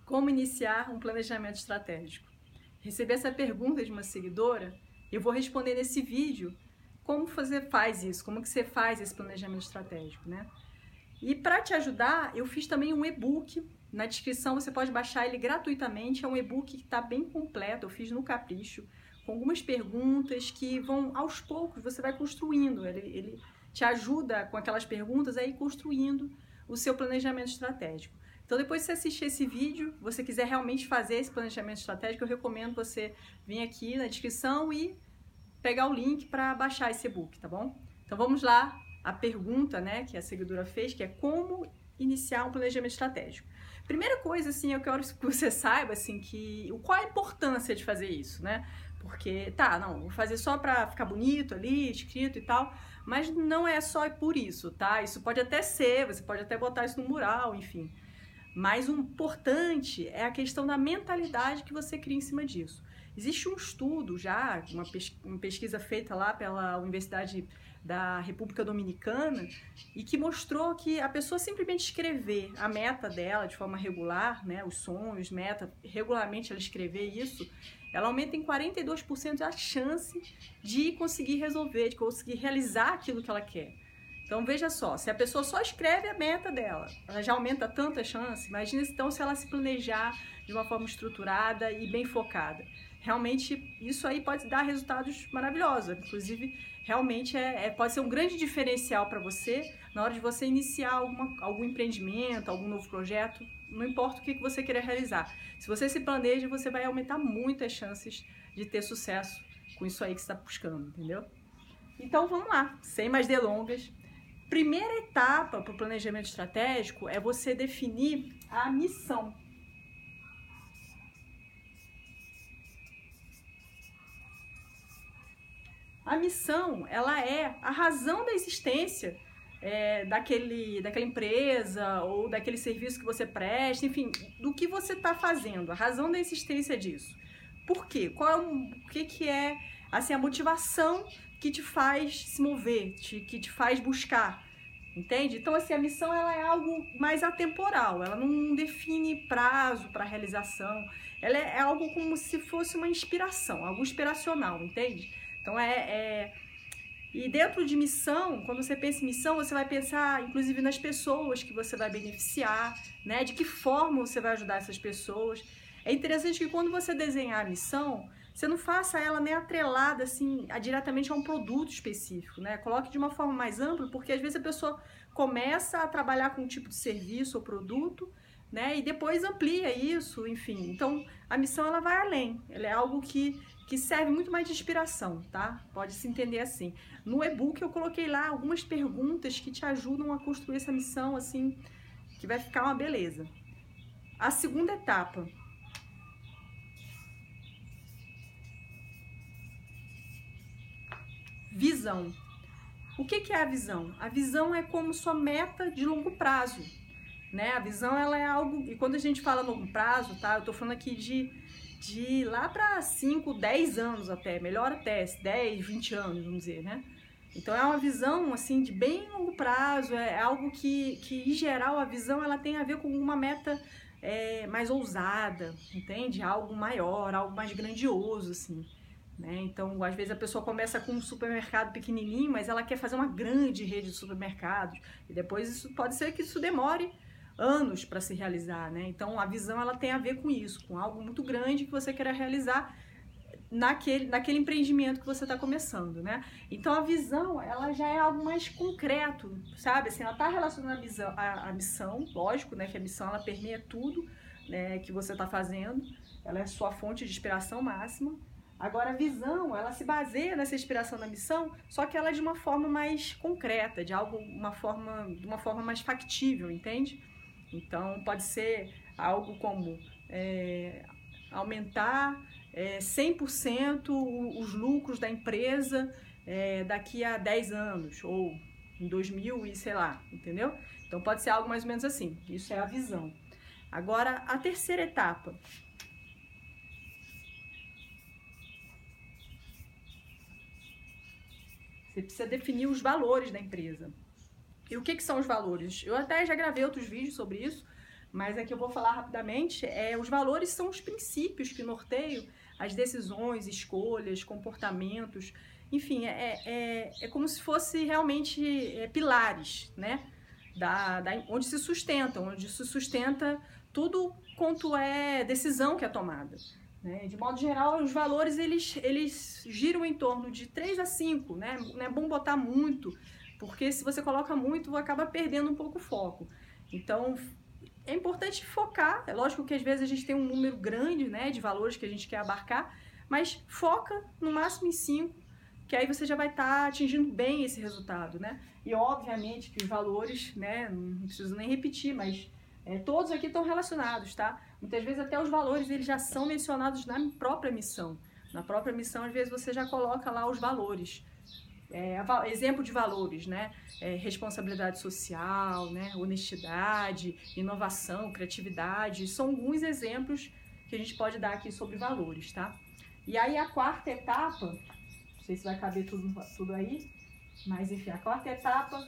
Como iniciar um planejamento estratégico? Recebi essa pergunta de uma seguidora, eu vou responder nesse vídeo como faz isso, como que você faz esse planejamento estratégico, né? E para te ajudar, eu fiz também um e-book, na descrição você pode baixar ele gratuitamente, é um e-book que está bem completo, eu fiz no Capricho, com algumas perguntas que vão, aos poucos, você vai construindo, ele te ajuda com aquelas perguntas a ir construindo o seu planejamento estratégico. Então, depois que você assistir esse vídeo, você quiser realmente fazer esse planejamento estratégico, eu recomendo você vir aqui na descrição e pegar o link para baixar esse e-book, tá bom? Então, vamos lá, a pergunta, né, que a seguidora fez, que é como iniciar um planejamento estratégico. Primeira coisa, assim, eu quero que você saiba, assim, qual a importância de fazer isso, né? Porque, vou fazer só para ficar bonito ali, escrito e tal, mas não é só por isso, tá? Isso pode até ser, você pode até botar isso no mural, enfim. Mas o importante é a questão da mentalidade que você cria em cima disso. Existe um estudo já, uma pesquisa feita lá pela Universidade da República Dominicana e que mostrou que a pessoa simplesmente escrever a meta dela de forma regular, né, os sonhos, meta, regularmente ela escrever isso, ela aumenta em 42% a chance de conseguir resolver, de conseguir realizar aquilo que ela quer. Então veja só, se a pessoa só escreve a meta dela, ela já aumenta tanto a chance, imagina então se ela se planejar de uma forma estruturada e bem focada. Realmente isso aí pode dar resultados maravilhosos, inclusive realmente pode ser um grande diferencial para você na hora de você iniciar algum empreendimento, algum novo projeto, não importa o que você queira realizar. Se você se planeja, você vai aumentar muito as chances de ter sucesso com isso aí que você está buscando, entendeu? Então vamos lá, sem mais delongas. Primeira etapa para o planejamento estratégico é você definir a missão. A missão, ela é a razão da existência daquela empresa ou daquele serviço que você presta, enfim, do que você está fazendo, a razão da existência disso. Por quê? O que é assim, a motivação que te faz se mover, que te faz buscar, entende? Então, assim, a missão ela é algo mais atemporal, ela não define prazo para realização, ela é algo como se fosse uma inspiração, algo inspiracional, entende? Então, E dentro de missão, quando você pensa em missão, você vai pensar, inclusive, nas pessoas que você vai beneficiar, né? De que forma você vai ajudar essas pessoas. É interessante que quando você desenhar a missão, você não faça ela nem atrelada assim, diretamente a um produto específico, né? Coloque de uma forma mais ampla, porque às vezes a pessoa começa a trabalhar com um tipo de serviço ou produto, né? E depois amplia isso, enfim. Então, a missão ela vai além. Ela é algo que serve muito mais de inspiração, tá? Pode se entender assim. No e-book eu coloquei lá algumas perguntas que te ajudam a construir essa missão, assim, que vai ficar uma beleza. A segunda etapa. Visão. O que é a visão? A visão é como sua meta de longo prazo, né? A visão, ela é algo... E quando a gente fala longo prazo, tá? Eu tô falando aqui de lá para 5, 10 anos até, melhor até, 10, 20 anos, vamos dizer, né? Então é uma visão, assim, de bem longo prazo, é algo que em geral, a visão, ela tem a ver com uma meta mais ousada, entende? Algo maior, algo mais grandioso, assim, né? Então, às vezes a pessoa começa com um supermercado pequenininho, mas ela quer fazer uma grande rede de supermercados, e depois pode ser que isso demore anos para se realizar, né? Então a visão ela tem a ver com isso, com algo muito grande que você quer realizar naquele empreendimento que você está começando, né? Então a visão ela já é algo mais concreto, sabe? Assim, ela está relacionada à missão, lógico, né? Que a missão ela permeia tudo, né? Que você está fazendo, ela é sua fonte de inspiração máxima. Agora a visão ela se baseia nessa inspiração da missão, só que ela é de uma forma mais concreta, de uma forma mais factível, entende? Então, pode ser algo como aumentar 100% os lucros da empresa daqui a 10 anos, ou em 2000 e sei lá, entendeu? Então, pode ser algo mais ou menos assim. Isso é a visão. Agora, a terceira etapa. Você precisa definir os valores da empresa. E o que são os valores? Eu até já gravei outros vídeos sobre isso, mas aqui eu vou falar rapidamente. Os valores são os princípios que norteiam as decisões, escolhas, comportamentos, enfim, é como se fosse realmente pilares, né? Onde se sustenta tudo quanto é decisão que é tomada. Né? De modo geral, os valores eles giram em torno de 3 a 5, né? Não é bom botar muito, porque se você coloca muito, acaba perdendo um pouco o foco. Então, é importante focar. É lógico que às vezes a gente tem um número grande, né, de valores que a gente quer abarcar, mas foca no máximo em 5, que aí você já vai estar atingindo bem esse resultado, né? E obviamente que os valores, né, não preciso nem repetir, mas todos aqui estão relacionados, tá? Muitas vezes até os valores eles já são mencionados na própria missão. Na própria missão, às vezes você já coloca lá os valores. Exemplo de valores, né? Responsabilidade social, né? Honestidade, inovação, criatividade, são alguns exemplos que a gente pode dar aqui sobre valores, tá? E aí a quarta etapa, não sei se vai caber tudo aí, mas enfim, a quarta etapa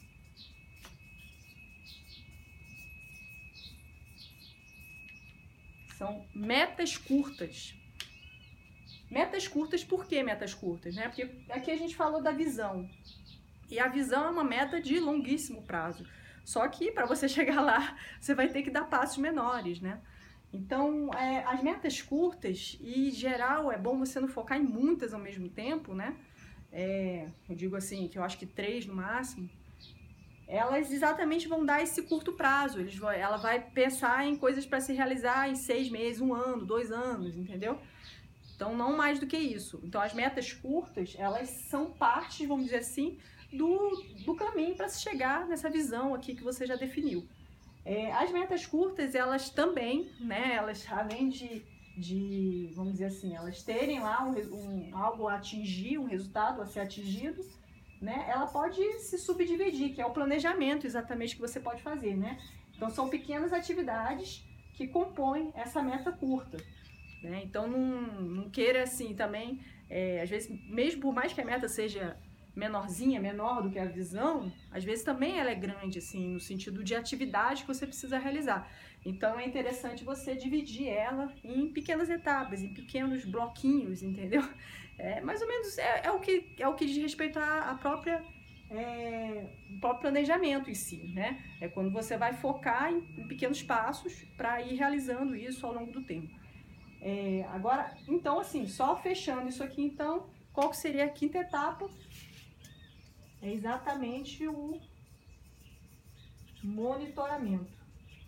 são metas curtas. Metas curtas, por que metas curtas? Né? Porque aqui a gente falou da visão. E a visão é uma meta de longuíssimo prazo. Só que para você chegar lá, você vai ter que dar passos menores, né? Então, as metas curtas, e em geral, é bom você não focar em muitas ao mesmo tempo, né? Eu digo assim, que eu acho que 3 no máximo. Elas exatamente vão dar esse curto prazo. Ela vai pensar em coisas para se realizar em 6 meses, 1 ano, 2 anos, entendeu? Então, não mais do que isso. Então, as metas curtas, elas são partes, vamos dizer assim, do caminho para se chegar nessa visão aqui que você já definiu. As metas curtas, elas também, né, elas além de vamos dizer assim, elas terem lá algo a atingir, um resultado a ser atingido, né, ela pode se subdividir, que é o planejamento exatamente que você pode fazer, né? Então, são pequenas atividades que compõem essa meta curta. Né? Então, não queira assim também, às vezes, mesmo por mais que a meta seja menorzinha, menor do que a visão, às vezes também ela é grande, assim, no sentido de atividade que você precisa realizar. Então, é interessante você dividir ela em pequenas etapas, em pequenos bloquinhos, entendeu? Mais ou menos o que diz respeito à própria o próprio planejamento em si, né? É quando você vai focar em pequenos passos para ir realizando isso ao longo do tempo. Agora, então, assim, só fechando isso aqui, então, qual que seria a quinta etapa? É exatamente o monitoramento.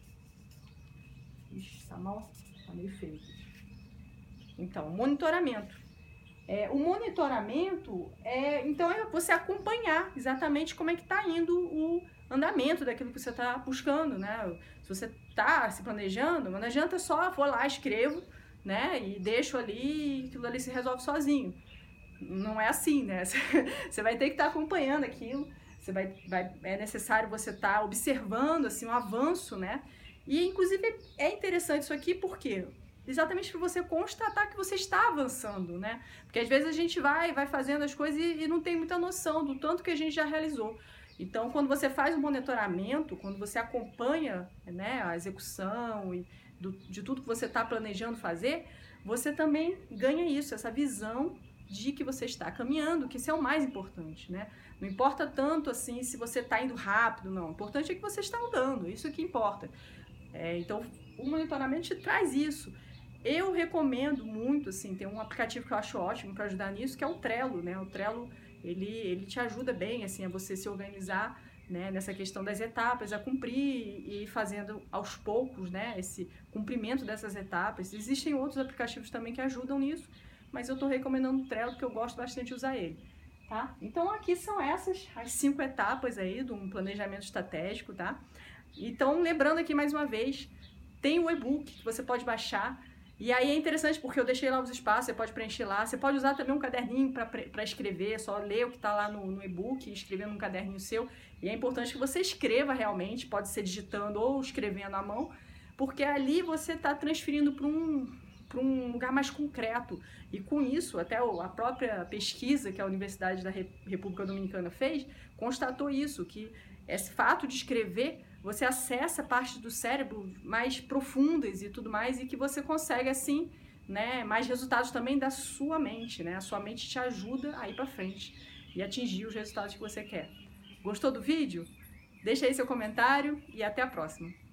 Ixi, tá meio feio. Então, monitoramento. O monitoramento então, é você acompanhar exatamente como é que está indo o andamento daquilo que você está buscando, né? Se você está se planejando, não adianta só, vou lá, escrevo, né? E deixo ali, aquilo ali se resolve sozinho. Não é assim, né? Você vai ter que estar acompanhando aquilo, é necessário você estar observando, assim, um avanço, né? E, inclusive, é interessante isso aqui, por quê? Exatamente para você constatar que você está avançando, né? Porque às vezes a gente vai fazendo as coisas e não tem muita noção do tanto que a gente já realizou. Então, quando você faz um monitoramento, quando você acompanha, né, a execução e de tudo que você está planejando fazer, você também ganha isso, essa visão de que você está caminhando, que isso é o mais importante, né? Não importa tanto assim se você está indo rápido, não. O importante é que você está andando, isso que importa. Então, o monitoramento te traz isso. Eu recomendo muito, assim, tem um aplicativo que eu acho ótimo para ajudar nisso, que é o Trello, né? O Trello, ele te ajuda bem, assim, a você se organizar, né, nessa questão das etapas, a cumprir e ir fazendo aos poucos, né, esse cumprimento dessas etapas. Existem outros aplicativos também que ajudam nisso, mas eu estou recomendando o Trello porque eu gosto bastante de usar ele, tá? Então, aqui são essas as 5 etapas aí de um planejamento estratégico, tá? Então, lembrando aqui mais uma vez, tem o e-book que você pode baixar. E aí é interessante porque eu deixei lá os espaços, você pode preencher lá. Você pode usar também um caderninho para escrever, só ler o que está lá no e-book e escrever num caderninho seu. E é importante que você escreva realmente, pode ser digitando ou escrevendo à mão, porque ali você está transferindo para um lugar mais concreto. E com isso, até a própria pesquisa que a Universidade da República Dominicana fez, constatou isso, que esse fato de escrever, você acessa partes do cérebro mais profundas e tudo mais, e que você consegue, assim, né, mais resultados também da sua mente, né? A sua mente te ajuda a ir para frente e atingir os resultados que você quer. Gostou do vídeo? Deixa aí seu comentário e até a próxima.